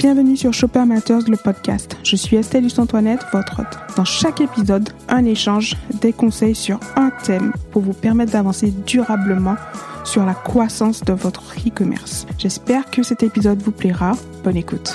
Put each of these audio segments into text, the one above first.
Bienvenue sur Shopper Matters, le podcast. Je suis Estelle Luce-Antoinette, votre hôte. Dans chaque épisode, un échange, des conseils sur un thème pour vous permettre d'avancer durablement sur la croissance de votre e-commerce. J'espère que cet épisode vous plaira. Bonne écoute.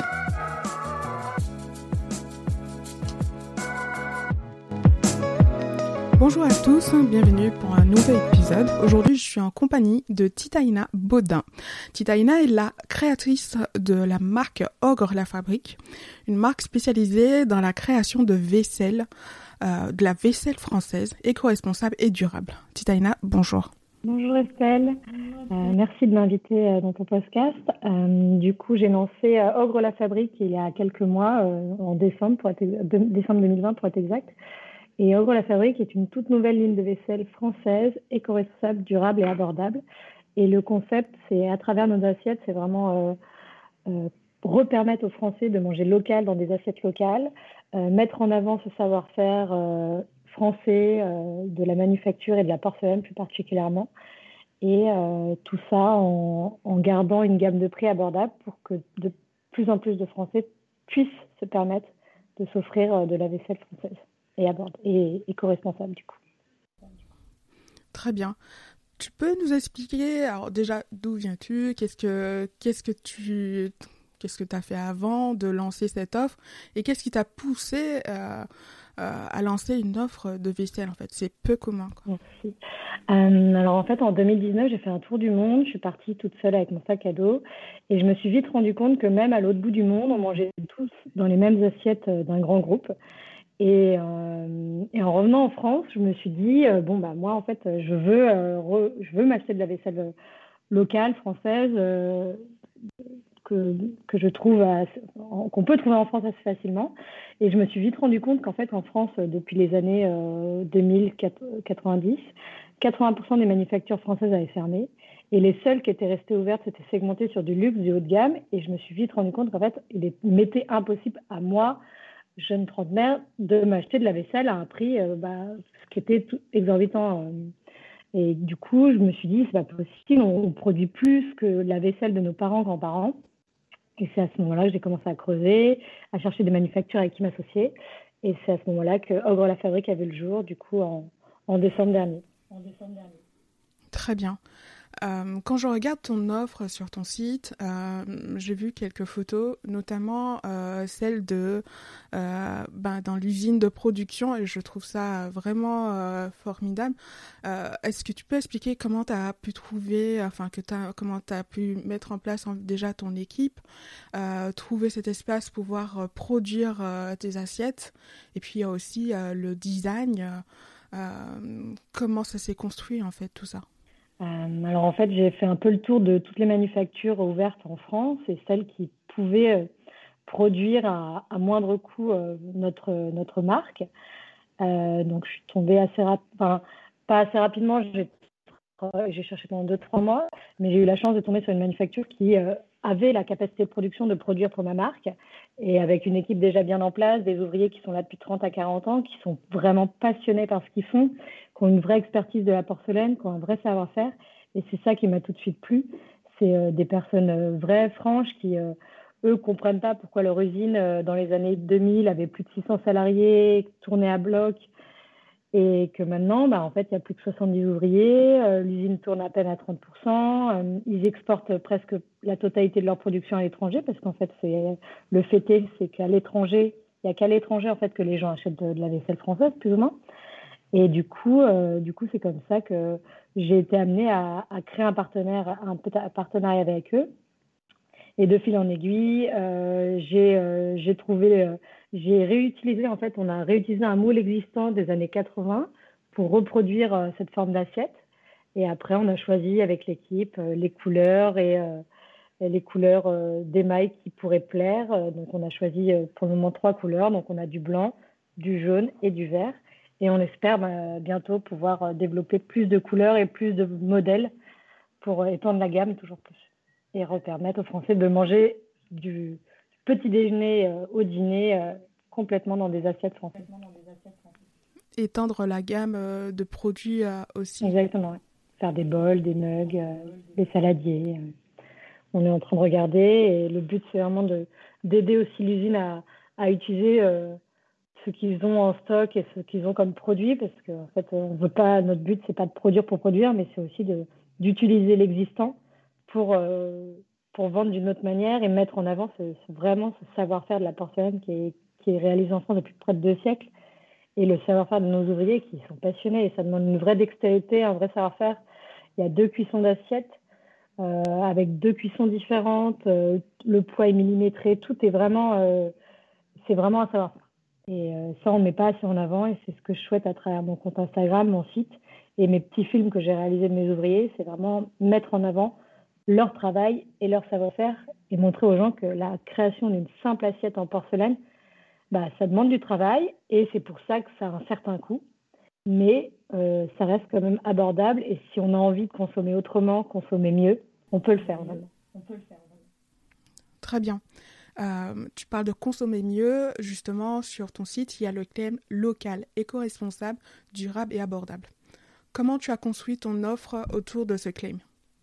Bonjour à tous, bienvenue pour un nouvel épisode. Aujourd'hui, je suis en compagnie de Titaina Baudin. Titaina est la créatrice de la marque Ogre la Fabrique, une marque spécialisée dans la création de vaisselle, de la vaisselle française, éco-responsable et durable. Titaina, bonjour. Bonjour Estelle, merci de m'inviter dans ton podcast. Du coup, j'ai lancé Ogre la Fabrique il y a quelques mois, en décembre 2020 pour être exact. Et Ogre la Fabrique est une toute nouvelle ligne de vaisselle française, éco-responsable, durable et abordable. Et le concept, c'est à travers nos assiettes, c'est vraiment repermettre aux Français de manger local dans des assiettes locales, mettre en avant ce savoir-faire français, de la manufacture et de la porcelaine plus particulièrement. Et tout ça en gardant une gamme de prix abordable pour que de plus en plus de Français puissent se permettre de s'offrir de la vaisselle française. Et éco-responsable du coup. Très bien. Tu peux nous expliquer, alors déjà, d'où viens-tu, qu'est-ce que tu as fait avant de lancer cette offre et qu'est-ce qui t'a poussé à lancer une offre de vaisselle en fait? C'est peu commun, quoi. Merci. Alors en fait, en 2019, j'ai fait un tour du monde. Je suis partie toute seule avec mon sac à dos et je me suis vite rendu compte que même à l'autre bout du monde, on mangeait tous dans les mêmes assiettes d'un grand groupe. Et en revenant en France, je me suis dit moi en fait je veux m'acheter de la vaisselle locale française que je trouve qu'on peut trouver en France assez facilement. Et je me suis vite rendu compte qu'en fait en France depuis les années 2090, 80% des manufactures françaises avaient fermé et les seules qui étaient restées ouvertes c'était segmentées sur du luxe, du haut de gamme. Et je me suis vite rendu compte qu'en fait il m'était impossible à moi, jeune trentenaire, de m'acheter de la vaisselle à un prix ce qui était exorbitant. Et du coup, je me suis dit, c'est pas possible, on produit plus que la vaisselle de nos parents, grands-parents. Et c'est à ce moment-là que j'ai commencé à creuser, à chercher des manufactures avec qui m'associer. Et c'est à ce moment-là que Ogre la Fabrique a vu le jour, du coup, en décembre dernier. Très bien. Quand je regarde ton offre sur ton site, j'ai vu quelques photos, notamment celle de dans l'usine de production, et je trouve ça vraiment formidable. Est-ce que tu peux expliquer comment tu as pu trouver, comment tu as pu mettre en place déjà ton équipe, trouver cet espace pour pouvoir produire tes assiettes, et puis il y a aussi le design, comment ça s'est construit en fait tout ça? Alors en fait, j'ai fait un peu le tour de toutes les manufactures ouvertes en France et celles qui pouvaient produire à moindre coût notre marque. Donc je suis tombée pas assez rapidement, j'ai cherché pendant 2-3 mois, mais j'ai eu la chance de tomber sur une manufacture qui avait la capacité de production de produire pour ma marque et avec une équipe déjà bien en place, des ouvriers qui sont là depuis 30 à 40 ans, qui sont vraiment passionnés par ce qu'ils font, qui ont une vraie expertise de la porcelaine, qui ont un vrai savoir-faire. Et c'est ça qui m'a tout de suite plu. C'est des personnes vraies, franches, qui, eux, comprennent pas pourquoi leur usine, dans les années 2000, avait plus de 600 salariés, tournait à bloc. Et que maintenant, en fait, il y a plus de 70 ouvriers, l'usine tourne à peine à 30%, ils exportent presque la totalité de leur production à l'étranger parce qu'en fait, c'est qu'à l'étranger, il n'y a qu'à l'étranger en fait que les gens achètent de la vaisselle française, plus ou moins. Et du coup, c'est comme ça que j'ai été amenée à créer un partenariat avec eux. Et de fil en aiguille, on a réutilisé un moule existant des années 80 pour reproduire cette forme d'assiette. Et après, on a choisi avec l'équipe les couleurs et les couleurs d'émail qui pourraient plaire. Donc, on a choisi pour le moment 3 couleurs. Donc, on a du blanc, du jaune et du vert. Et on espère bientôt pouvoir développer plus de couleurs et plus de modèles pour étendre la gamme toujours plus. Et permettre aux Français de manger du petit déjeuner au dîner complètement dans des assiettes françaises. Étendre la gamme de produits aussi. Exactement, ouais. Faire des bols, des mugs, des saladiers. on est en train de regarder. Et le but, c'est vraiment d'aider aussi l'usine à utiliser ce qu'ils ont en stock et ce qu'ils ont comme produit, parce que en fait, on veut pas. Notre but, c'est pas de produire pour produire, mais c'est aussi d'utiliser l'existant pour vendre d'une autre manière et mettre en avant vraiment ce savoir-faire de la porcelaine qui est réalisé en France depuis près de 2 siècles, et le savoir-faire de nos ouvriers qui sont passionnés. Et ça demande une vraie dextérité, un vrai savoir-faire. Il y a 2 cuissons d'assiettes avec 2 cuissons différentes. Le poids est millimétré. Tout est vraiment, c'est vraiment un savoir-faire. Et ça, on ne met pas assez en avant. Et c'est ce que je souhaite à travers mon compte Instagram, mon site et mes petits films que j'ai réalisés de mes ouvriers. C'est vraiment mettre en avant leur travail et leur savoir-faire et montrer aux gens que la création d'une simple assiette en porcelaine, ça demande du travail et c'est pour ça que ça a un certain coût. Mais ça reste quand même abordable et si on a envie de consommer autrement, consommer mieux, on peut le faire maintenant. Très bien. Tu parles de consommer mieux. Justement, sur ton site, il y a le thème local, éco-responsable, durable et abordable. Comment tu as construit ton offre autour de ce claim?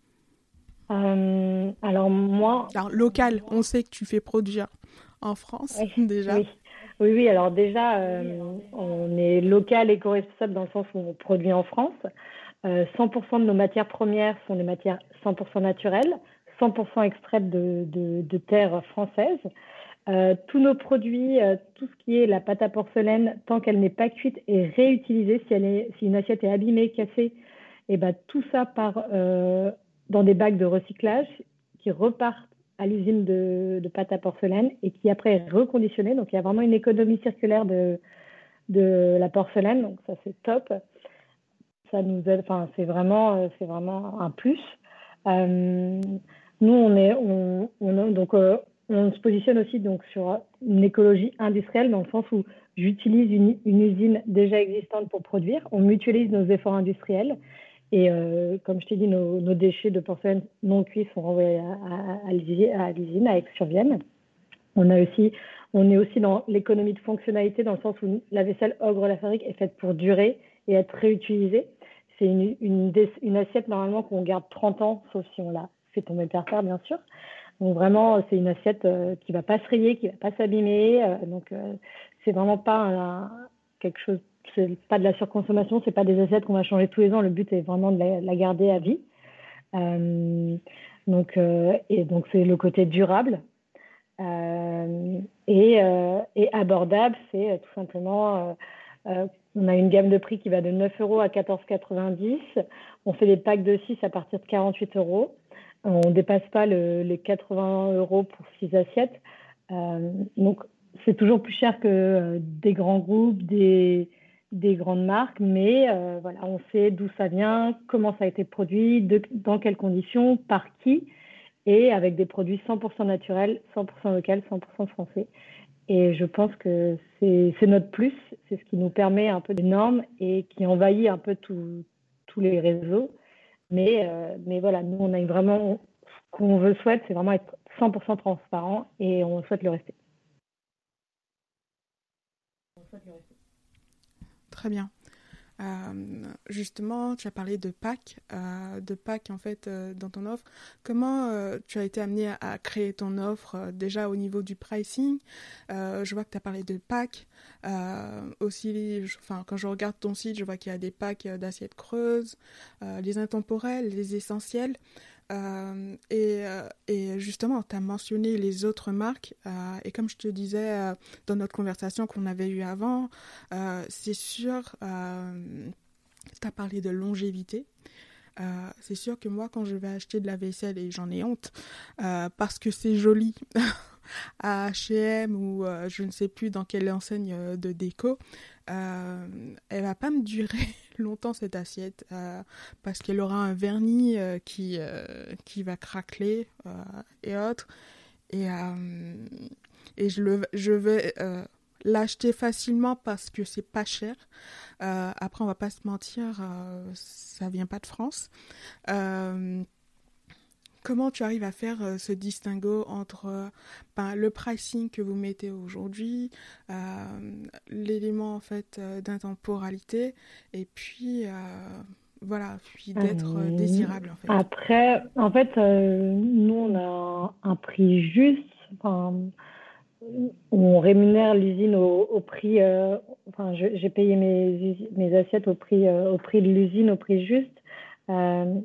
Alors moi... Alors, local, on sait que tu fais produire en France, oui, déjà. Oui. Alors déjà, on est local éco-responsable dans le sens où on produit en France. 100% de nos matières premières sont des matières 100% naturelles, 100% extraites de terres françaises. Tous nos produits, tout ce qui est la pâte à porcelaine, tant qu'elle n'est pas cuite, est réutilisée. Si une assiette est abîmée, cassée, et tout ça part dans des bacs de recyclage qui repartent à l'usine de pâte à porcelaine et qui après est reconditionnée. Donc il y a vraiment une économie circulaire de la porcelaine, donc ça c'est top. Ça nous aide, enfin c'est vraiment un plus. Nous on se positionne aussi donc sur une écologie industrielle dans le sens où j'utilise une usine déjà existante pour produire. On mutualise nos efforts industriels et comme je t'ai dit, nos déchets de porcelaine non cuits sont renvoyés à l'usine à Aix-sur-Vienne. On est aussi dans l'économie de fonctionnalité dans le sens où la vaisselle Ogre Lafabrique est faite pour durer et être réutilisée. C'est une assiette normalement qu'on garde 30 ans, sauf si on la fait tomber par terre, bien sûr. Donc vraiment, c'est une assiette qui ne va pas se rayer, qui ne va pas s'abîmer. C'est vraiment pas quelque chose, c'est pas de la surconsommation, c'est pas des assiettes qu'on va changer tous les ans. Le but est vraiment de la garder à vie. Donc c'est le côté durable. Et abordable, c'est tout simplement, on a une gamme de prix qui va de 9 € à 14,90 €. On fait des packs de 6 à partir de 48 €. On ne dépasse pas les 80 € pour 6 assiettes. Donc, c'est toujours plus cher que des grands groupes, des grandes marques, mais voilà, on sait d'où ça vient, comment ça a été produit, dans quelles conditions, par qui, et avec des produits 100% naturels, 100% local, 100% français. Et je pense que c'est notre plus, c'est ce qui nous permet un peu des normes et qui envahit un peu tous les réseaux. Mais voilà, nous, on a vraiment, ce qu'on souhaite, c'est vraiment être 100% transparent et on souhaite le rester. Très bien. Justement, tu as parlé de packs en fait dans ton offre. Comment tu as été amené à créer ton offre déjà au niveau du pricing? Je vois que tu as parlé de packs. Aussi, quand je regarde ton site, je vois qu'il y a des packs d'assiettes creuses, les intemporels, les essentiels. Et justement, tu as mentionné les autres marques et comme je te disais dans notre conversation qu'on avait eue avant, c'est sûr, tu as parlé de longévité. C'est sûr que moi, quand je vais acheter de la vaisselle, et j'en ai honte, parce que c'est joli, à H&M ou je ne sais plus dans quelle enseigne de déco, elle va pas me durer longtemps cette assiette parce qu'elle aura un vernis qui va craqueler et autres et je vais l'acheter facilement parce que c'est pas cher. Après on va pas se mentir, ça vient pas de France. Comment tu arrives à faire ce distinguo entre le pricing que vous mettez aujourd'hui, l'élément en fait d'intemporalité, et puis voilà, puis d'être désirable en fait. Après, en fait, nous, on a un prix juste. Enfin, on rémunère l'usine au prix. Enfin, j'ai payé mes assiettes au prix de l'usine, au prix juste. Euh,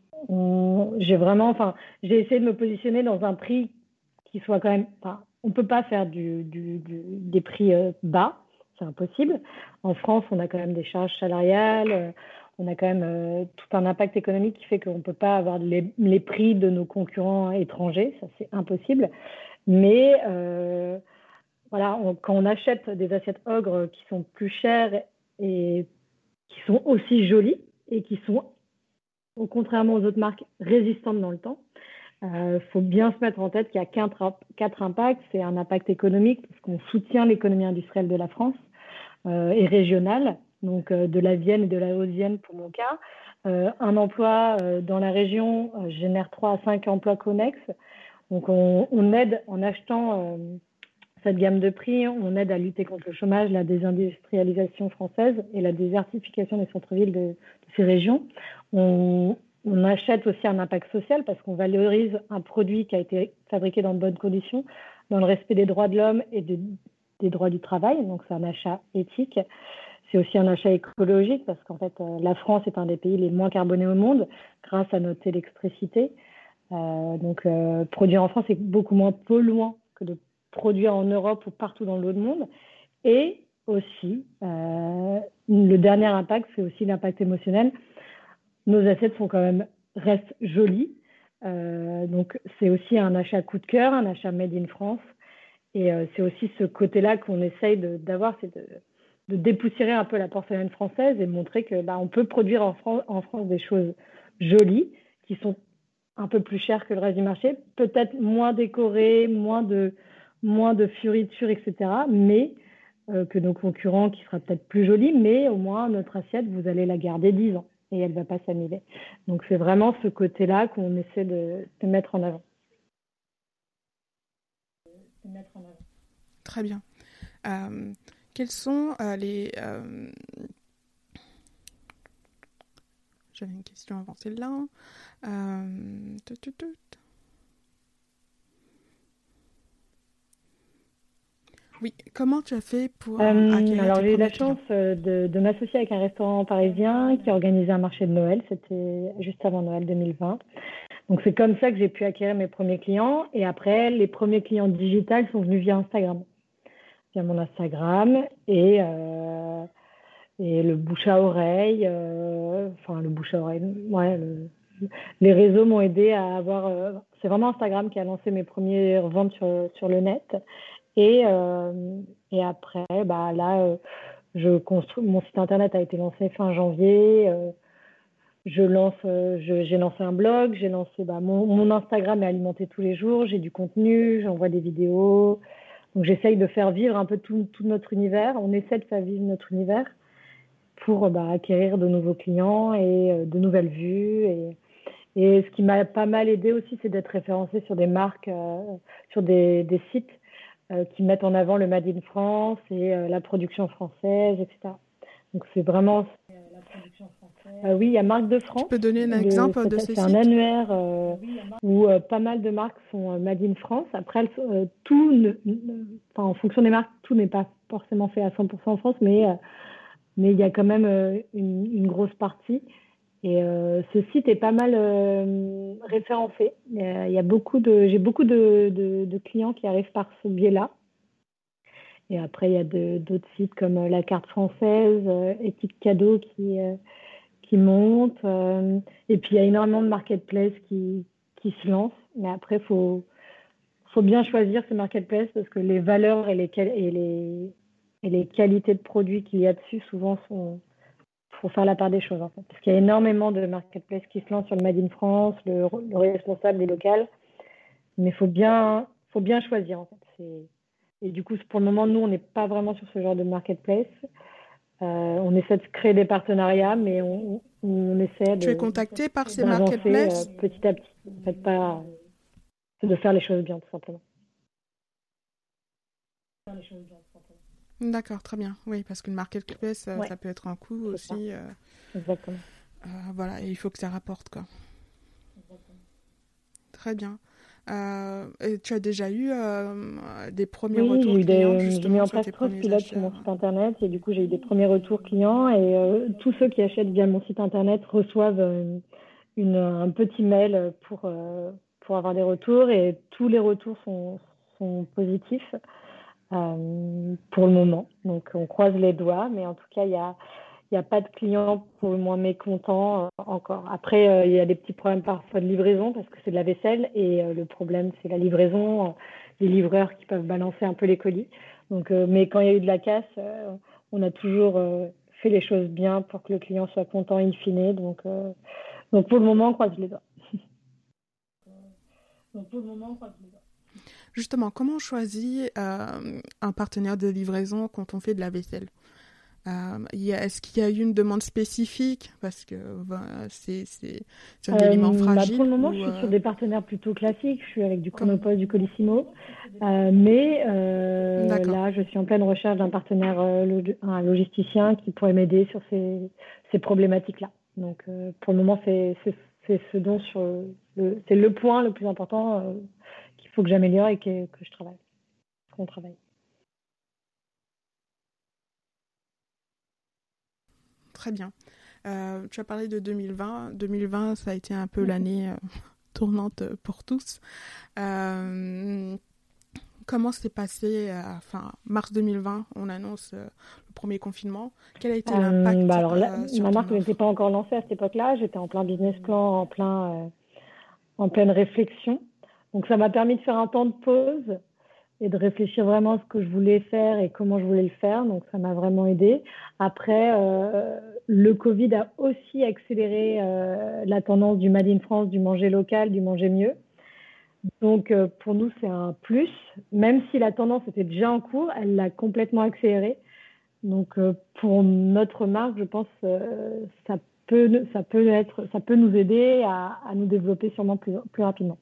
j'ai essayé de me positionner dans un prix qui soit quand même. Enfin, on peut pas faire des prix bas, c'est impossible. En France, on a quand même des charges salariales, on a quand même tout un impact économique qui fait qu'on peut pas avoir les prix de nos concurrents étrangers, ça c'est impossible. Mais voilà, quand on achète des assiettes Ogre qui sont plus chères et qui sont aussi jolies et qui sont, contrairement aux autres marques, résistantes dans le temps, faut bien se mettre en tête qu'il y a quatre impacts. C'est un impact économique, parce qu'on soutient l'économie industrielle de la France et régionale, donc de la Vienne et de la Haute-Vienne pour mon cas. Un emploi dans la région génère 3 à 5 emplois connexes. Donc on aide en achetant cette gamme de prix, on aide à lutter contre le chômage, la désindustrialisation française et la désertification des centres-villes de ces régions. On achète aussi un impact social parce qu'on valorise un produit qui a été fabriqué dans de bonnes conditions, dans le respect des droits de l'homme et des droits du travail. Donc c'est un achat éthique. C'est aussi un achat écologique parce qu'en fait, la France est un des pays les moins carbonés au monde grâce à notre électricité. Donc produire en France est beaucoup moins polluant que de produire en Europe ou partout dans l'autre monde. Et aussi, le dernier impact, c'est aussi l'impact émotionnel. Nos assiettes restent jolies. Donc, c'est aussi un achat coup de cœur, un achat made in France. Et c'est aussi ce côté-là qu'on essaye d'avoir, c'est de dépoussiérer un peu la porcelaine française et de montrer que on peut produire en France des choses jolies qui sont un peu plus chères que le reste du marché, peut-être moins décorées, moins de fioritures, etc. Mais que nos concurrents, qui sera peut-être plus jolie, mais au moins notre assiette, vous allez la garder 10 ans et elle ne va pas s'annuler. Donc c'est vraiment ce côté-là qu'on essaie de mettre en avant. Très bien. Quels sont les... J'avais une question avant celle-là. Oui, comment tu as fait pour acquérir alors tes j'ai eu la premiers clients? chance de m'associer avec un restaurant parisien qui organisait un marché de Noël, c'était juste avant Noël 2020. Donc c'est comme ça que j'ai pu acquérir mes premiers clients. Et après, les premiers clients digitales sont venus via Instagram, via mon Instagram et le bouche à oreille. Enfin, le bouche à oreille, ouais. Les réseaux m'ont aidé à avoir. C'est vraiment Instagram qui a lancé mes premières ventes sur le net. Et après, là, mon site internet a été lancé fin janvier. J'ai lancé un blog, j'ai lancé mon Instagram est alimenté tous les jours, j'ai du contenu, j'envoie des vidéos. Donc j'essaye de faire vivre un peu tout notre univers. On essaie de faire vivre notre univers pour acquérir de nouveaux clients et de nouvelles vues. Et ce qui m'a pas mal aidé aussi, c'est d'être référencée sur des marques, sur des sites qui mettent en avant le Made in France et la production française, etc. Donc c'est vraiment... oui, il y a Marque de France. Tu peux donner un exemple de ce C'est un site? annuaire où pas mal de marques sont Made in France. Après, en fonction des marques, tout n'est pas forcément fait à 100% en France, mais il y a quand même une grosse partie. Et ce site est pas mal référencé. J'ai beaucoup de clients qui arrivent par ce biais-là. Et après, il y a d'autres sites comme la carte française, Éthique Cadeau qui monte. Et puis, il y a énormément de marketplaces qui se lancent. Mais après, faut bien choisir ces marketplaces parce que les valeurs et les qualités de produits qu'il y a dessus, souvent, faut faire la part des choses. En fait. Parce qu'il y a énormément de marketplaces qui se lancent sur le Made in France, le responsable des locales. Mais il faut bien choisir. En fait. Et du coup, pour le moment, nous, on n'est pas vraiment sur ce genre de marketplace. On essaie de créer des partenariats, mais on essaie Tu es contacté par ces d'avancer marketplaces? petit à petit. En fait, c'est de faire les choses bien, tout simplement. D'accord, très bien. Oui, parce qu'une marketplace, Ouais, ça peut être un coût c'est ça. aussi. Exactement. Voilà, et il faut que ça rapporte, quoi. Très bien. Et tu as déjà eu des premiers Oui, retours clients j'ai mis justement en sur place tes 13 premiers pilotes sur achats? mon site internet et du coup j'ai eu des premiers retours clients et tous ceux qui achètent via mon site internet reçoivent un petit mail pour avoir des retours et tous les retours sont positifs pour le moment. Donc on croise les doigts, mais en tout cas il y a pas de clients pour le moins mécontents encore. Après, il y a des petits problèmes parfois de livraison parce que c'est de la vaisselle et le problème, c'est la livraison, les livreurs qui peuvent balancer un peu les colis. Donc, mais quand il y a eu de la casse, on a toujours fait les choses bien pour que le client soit content in fine. Donc pour le moment, on croise les doigts. Justement, comment on choisit un partenaire de livraison quand on fait de la vaisselle? Est-ce qu'il y a eu une demande spécifique? Parce que c'est un élément Pour fragile le moment, je ou suis sur des partenaires plutôt classiques. Je suis avec du comme... Chronopost, du Colissimo. Mais D'accord, là, je suis en pleine recherche d'un partenaire, un logisticien qui pourrait m'aider sur ces problématiques-là. Donc, pour le moment, c'est ce dont c'est le point le plus important qu'il faut que j'améliore et que je travaille, qu'on travaille. très bien. Tu as parlé de 2020. 2020, ça a été un peu l'année tournante pour tous. Comment s'est passé, enfin, mars 2020, on annonce le premier confinement. Quel a été l'impact Alors là, sur ma ton marque n'était offre? pas encore lancée à cette époque-là. J'étais en plein business plan, en pleine réflexion. Donc ça m'a permis de faire un temps de pause et de réfléchir vraiment à ce que je voulais faire et comment je voulais le faire. Donc ça m'a vraiment aidé. Après, le Covid a aussi accéléré la tendance du Made in France, du manger local, du manger mieux. Donc pour nous, c'est un plus. Même si la tendance était déjà en cours, elle l'a complètement accéléré. Donc pour notre marque, je pense ça peut nous aider à nous développer sûrement plus rapidement.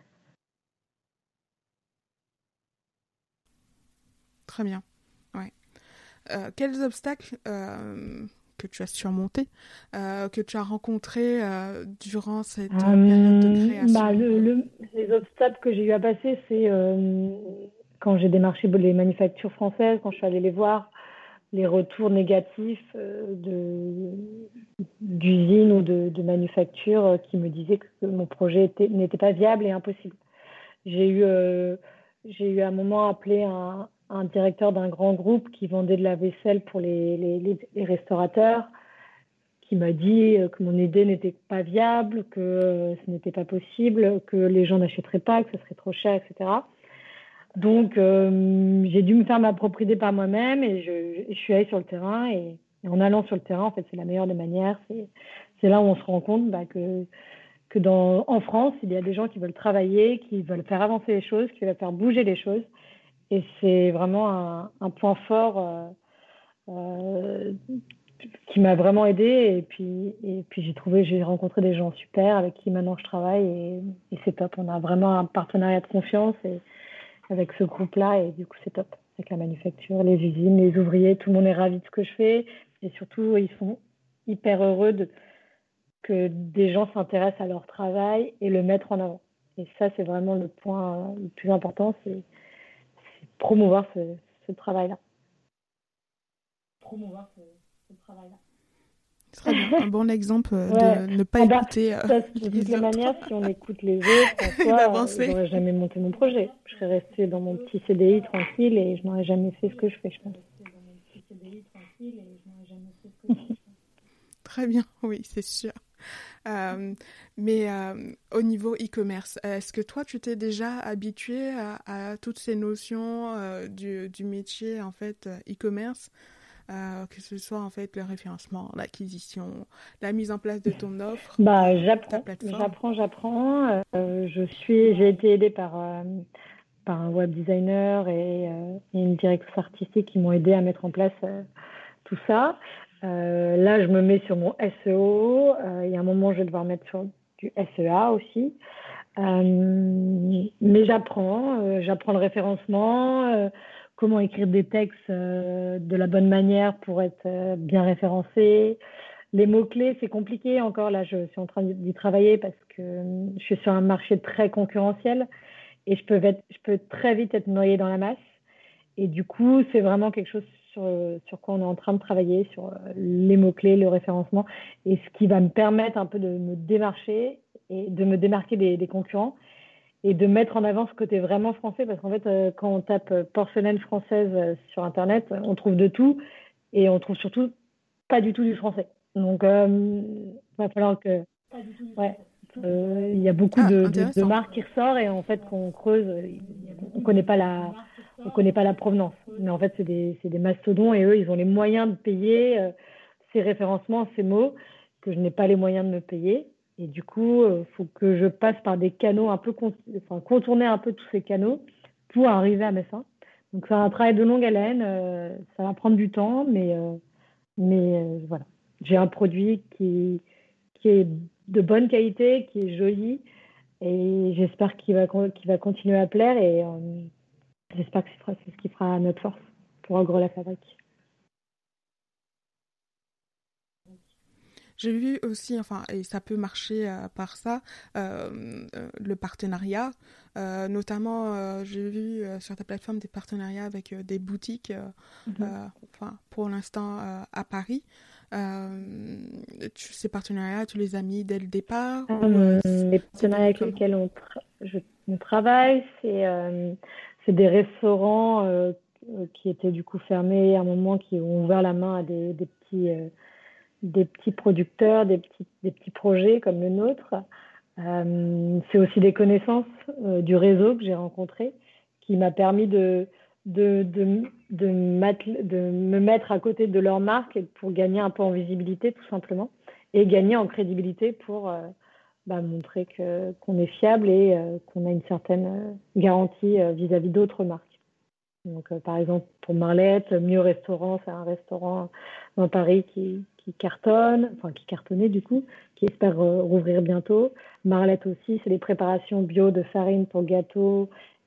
Très bien. Ouais. Quels obstacles que tu as surmontés, que tu as rencontrés durant cette période de création? Les obstacles que j'ai eu à passer, c'est quand j'ai démarché les manufactures françaises, quand je suis allée les voir, les retours négatifs d'usines ou de manufactures qui me disaient que mon projet n'était pas viable et impossible. J'ai eu, euh, j'ai eu à un moment appelé un directeur d'un grand groupe qui vendait de la vaisselle pour les restaurateurs, qui m'a dit que mon idée n'était pas viable, que ce n'était pas possible, que les gens n'achèteraient pas, que ce serait trop cher, etc. Donc, j'ai dû me faire ma propre idée par moi-même et je suis allée sur le terrain. Et en allant sur le terrain, en fait, c'est la meilleure des manières. C'est là où on se rend compte en France, il y a des gens qui veulent travailler, qui veulent faire avancer les choses, qui veulent faire bouger les choses. Et c'est vraiment un point fort euh, qui m'a vraiment aidée. Et puis j'ai rencontré des gens super avec qui maintenant je travaille et c'est top. On a vraiment un partenariat de confiance avec ce groupe-là et du coup c'est top. Avec la manufacture, les usines, les ouvriers, tout le monde est ravi de ce que je fais et surtout ils sont hyper heureux que des gens s'intéressent à leur travail et le mettre en avant. Et ça c'est vraiment le point le plus important, c'est promouvoir ce travail-là. Très bien, un bon exemple Ouais. de ne pas Ah bah, écouter de toutes les les autres manières, si on écoute les autres, en et soi, d'avancer. j'aurais jamais monté mon projet. Je serais restée dans mon petit CDI tranquille et je n'aurais jamais fait ce que je fais, je pense. Très bien, oui, c'est sûr. Mais au niveau e-commerce, est-ce que toi, tu t'es déjà habitué à toutes ces notions du métier en fait e-commerce, que ce soit en fait le référencement, l'acquisition, la mise en place de ton offre, Bah, ta plateforme? j'apprends. J'ai été aidée par un web designer et une directrice artistique qui m'ont aidée à mettre en place tout ça. Là, je me mets sur mon SEO. Il y a un moment, je vais devoir mettre sur du SEA aussi. Mais j'apprends le référencement, comment écrire des textes de la bonne manière pour être bien référencé, Les mots-clés, c'est compliqué encore. Là, je suis en train d'y travailler parce que je suis sur un marché très concurrentiel et je peux très vite être noyée dans la masse. Et du coup, c'est vraiment quelque chose sur quoi on est en train de travailler, sur les mots-clés, le référencement, et ce qui va me permettre un peu de me démarcher et de me démarquer des concurrents et de mettre en avant ce côté vraiment français. Parce qu'en fait, quand on tape porcelaine française sur Internet, on trouve de tout et on trouve surtout pas du tout du français. Donc, va falloir que... Ouais. Il y a beaucoup de marques qui ressortent et en fait, qu'on creuse, on connaît pas la provenance. Mais en fait, c'est des mastodons et eux, ils ont les moyens de payer ces référencements, ces mots que je n'ai pas les moyens de me payer. Et du coup, il faut que je passe par des canaux un peu, contourner un peu tous ces canaux pour arriver à mes fins. Donc, c'est un travail de longue haleine. Ça va prendre du temps, mais voilà. J'ai un produit qui est de bonne qualité, qui est joli, et j'espère qu'il va continuer à plaire, et j'espère que c'est ce qui fera notre force pour Ogre la Fabrique. J'ai vu aussi, et ça peut marcher par ça, le partenariat. Notamment, j'ai vu sur ta plateforme des partenariats avec des boutiques, pour l'instant à Paris. Ces partenariats, tu les as mis dès le départ Les partenariats avec lesquels on travaille, c'est des restaurants qui étaient du coup fermés à un moment, qui ont ouvert la main à des petits producteurs, des petits projets comme le nôtre. C'est aussi des connaissances du réseau que j'ai rencontré, qui m'a permis de me mettre à côté de leur marque pour gagner un peu en visibilité, tout simplement, et gagner en crédibilité pour montrer qu'on est fiable et qu'on a une certaine garantie vis-à-vis d'autres marques. Donc, par exemple, pour Marlette, Mieux Restaurant, c'est un restaurant dans Paris qui cartonnait du coup, qui espère rouvrir bientôt. Marlette aussi, c'est des préparations bio de farine pour gâteaux,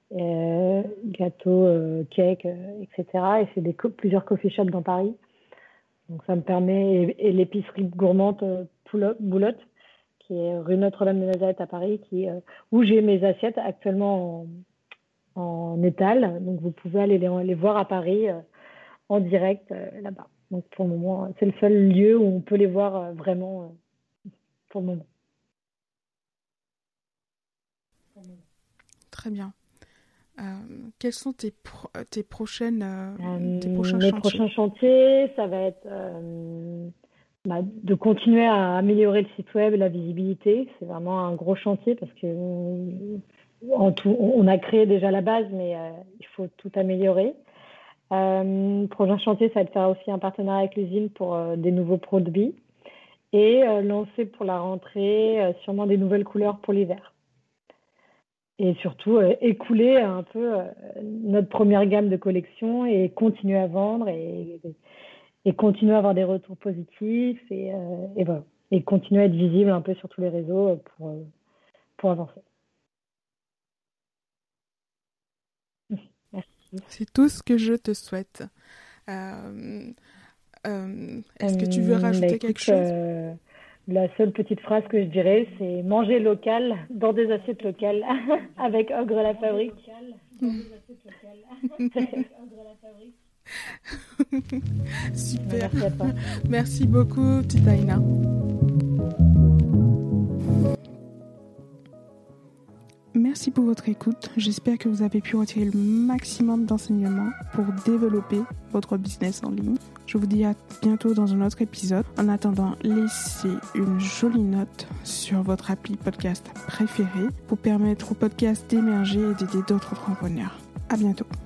cakes, etc. Et c'est plusieurs coffee shops dans Paris. Donc ça me permet, et l'épicerie gourmande Boulotte, qui est rue Notre-Dame de Nazareth à Paris, où j'ai mes assiettes actuellement en étal. Donc vous pouvez aller les voir à Paris en direct là-bas. Donc pour le moment, c'est le seul lieu où on peut les voir vraiment pour le moment. Très bien. Quels sont tes prochains chantiers? Mes prochains chantiers, ça va être de continuer à améliorer le site web et la visibilité. C'est vraiment un gros chantier parce que en tout, on a créé déjà la base, mais il faut tout améliorer. Prochain chantier, ça va être faire aussi un partenariat avec l'usine pour des nouveaux produits et lancer pour la rentrée sûrement des nouvelles couleurs pour l'hiver. Et surtout, écouler un peu notre première gamme de collection et continuer à vendre et continuer à avoir des retours positifs et voilà. Et continuer à être visible un peu sur tous les réseaux pour avancer. Merci. C'est tout ce que je te souhaite. Est-ce que tu veux rajouter quelque chose? La seule petite phrase que je dirais, c'est manger local dans des assiettes locales avec Ogre la Fabrique. Super. Merci à toi. Merci beaucoup, Titaina. Merci pour votre écoute. J'espère que vous avez pu retirer le maximum d'enseignements pour développer votre business en ligne. Je vous dis à bientôt dans un autre épisode. En attendant, laissez une jolie note sur votre appli podcast préféré pour permettre au podcast d'émerger et d'aider d'autres entrepreneurs. À bientôt.